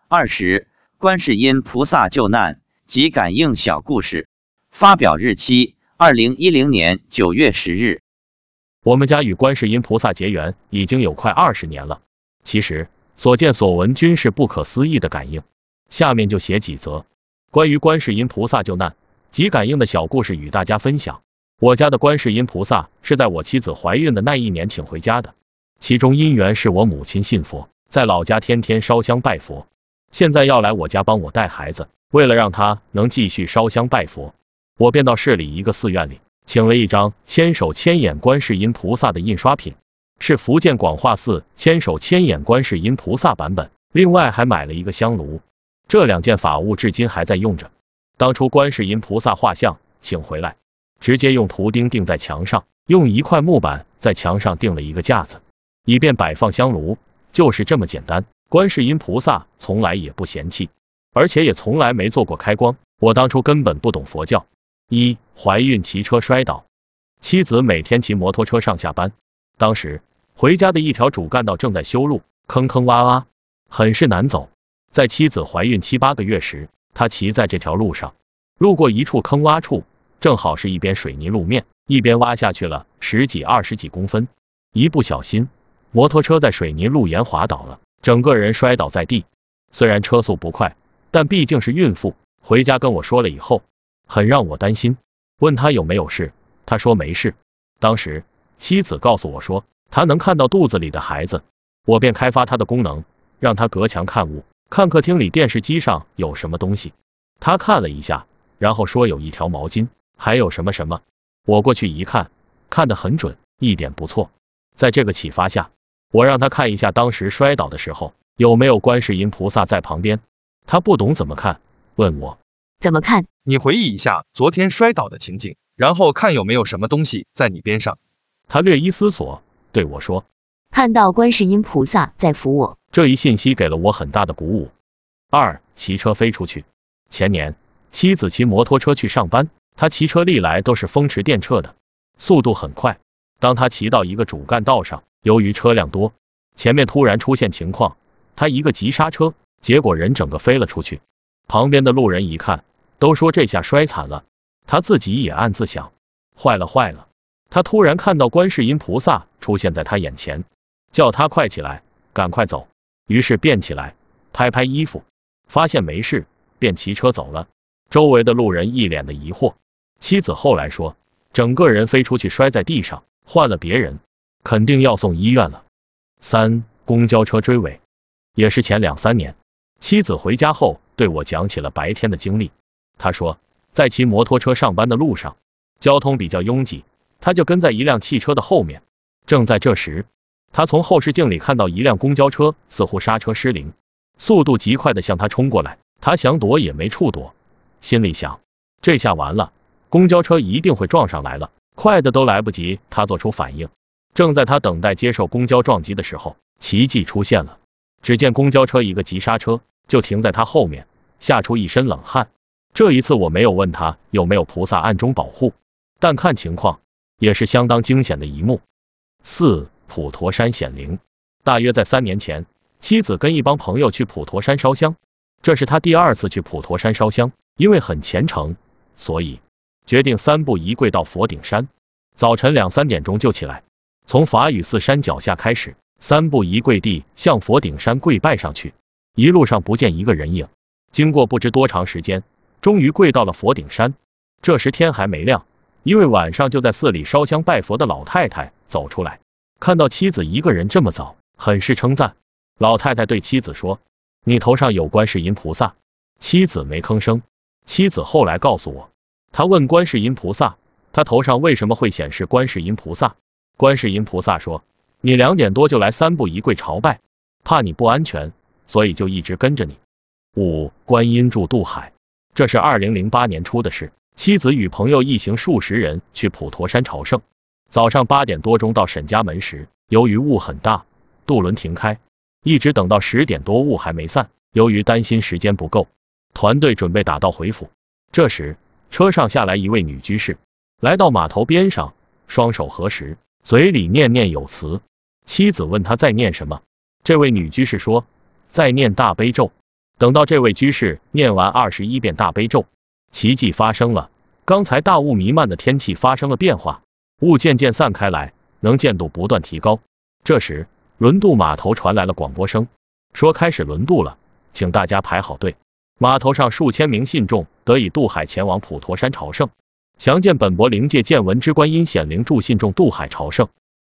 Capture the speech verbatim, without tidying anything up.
二十、观世音菩萨救难及感应小故事。发表日期：二零一零年九月十日。 我们家与观世音菩萨结缘已经有快二十年了，其实所见所闻均是不可思议的感应。下面就写几则关于观世音菩萨救难及感应的小故事与大家分享。我家的观世音菩萨是在我妻子怀孕的那一年请回家的，其中因缘是我母亲信佛，在老家天天烧香拜佛，现在要来我家帮我带孩子，为了让她能继续烧香拜佛，我便到市里一个寺院里请了一张千手千眼观世音菩萨的印刷品，是福建广化寺千手千眼观世音菩萨版本，另外还买了一个香炉，这两件法物至今还在用着。当初观世音菩萨画像请回来，直接用图钉钉在墙上，用一块木板在墙上钉了一个架子，以便摆放香炉，就是这么简单。观世音菩萨从来也不嫌弃，而且也从来没做过开光。我当初根本不懂佛教。一、怀孕骑车摔倒，妻子每天骑摩托车上下班，当时回家的一条主干道正在修路，坑坑洼洼，很是难走。在妻子怀孕七八个月时，他骑在这条路上，路过一处坑洼处，正好是一边水泥路面，一边挖下去了十几二十几公分，一不小心摩托车在水泥路沿滑倒了，整个人摔倒在地。虽然车速不快，但毕竟是孕妇，回家跟我说了以后，很让我担心，问他有没有事，他说没事。当时妻子告诉我说他能看到肚子里的孩子，我便开发他的功能，让他隔墙看物，看客厅里电视机上有什么东西。他看了一下，然后说有一条毛巾，还有什么什么。我过去一看，看得很准，一点不错。在这个启发下，我让他看一下当时摔倒的时候有没有观世音菩萨在旁边。他不懂怎么看，问我怎么看？ 你回忆一下昨天摔倒的情景，然后看有没有什么东西在你边上。 他略一思索，对我说看到观世音菩萨在扶我。 这一信息给了我很大的鼓舞。二、骑车飞出去。前年妻子骑摩托车去上班，他骑车历来都是风驰电掣的，速度很快。当他骑到一个主干道上，由于车辆多，前面突然出现情况，他一个急刹车，结果人整个飞了出去。旁边的路人一看，都说这下摔惨了，他自己也暗自想，坏了坏了。他突然看到观世音菩萨出现在他眼前，叫他快起来，赶快走。于是便起来，拍拍衣服，发现没事，便骑车走了。周围的路人一脸的疑惑。妻子后来说，整个人飞出去摔在地上，换了别人肯定要送医院了。三、公交车追尾。也是前两三年，妻子回家后对我讲起了白天的经历。他说在骑摩托车上班的路上，交通比较拥挤，他就跟在一辆汽车的后面。正在这时，他从后视镜里看到一辆公交车似乎刹车失灵，速度极快的向他冲过来，他想躲也没处躲，心里想这下完了，公交车一定会撞上来了，快的都来不及他做出反应。正在他等待接受公交撞击的时候，奇迹出现了，只见公交车一个急刹车就停在他后面，吓出一身冷汗。这一次我没有问他有没有菩萨暗中保护，但看情况也是相当惊险的一幕。四、普陀山显灵。大约在三年前，妻子跟一帮朋友去普陀山烧香，这是他第二次去普陀山烧香，因为很虔诚，所以决定三步一跪到佛顶山。早晨两三点钟就起来，从法雨寺山脚下开始，三步一跪地向佛顶山跪拜上去。一路上不见一个人影，经过不知多长时间，终于跪到了佛顶山。这时天还没亮，一位晚上就在寺里烧香拜佛的老太太走出来，看到妻子一个人这么早，很是称赞。老太太对妻子说，你头上有观世音菩萨。妻子没吭声。妻子后来告诉我，她问观世音菩萨，她头上为什么会显示观世音菩萨。观世音菩萨说，你两点多就来三步一跪朝拜，怕你不安全，所以就一直跟着你。五、观音助渡海。这是二零零八年初的事，妻子与朋友一行数十人去普陀山朝圣。早上八点多钟到沈家门时，由于雾很大，渡轮停开，一直等到十点多雾还没散，由于担心时间不够，团队准备打道回府。这时车上下来一位女居士，来到码头边上，双手合十，嘴里念念有词。妻子问她在念什么，这位女居士说在念大悲咒。 等到这位居士念完二十一遍大悲咒，奇迹发生了，刚才大雾弥漫的天气发生了变化，雾渐渐散开来，能见度不断提高。这时，轮渡码头传来了广播声，说开始轮渡了，请大家排好队。码头上数千名信众得以渡海前往普陀山朝圣。详见本博灵界见闻之观音显灵助信众渡海朝圣。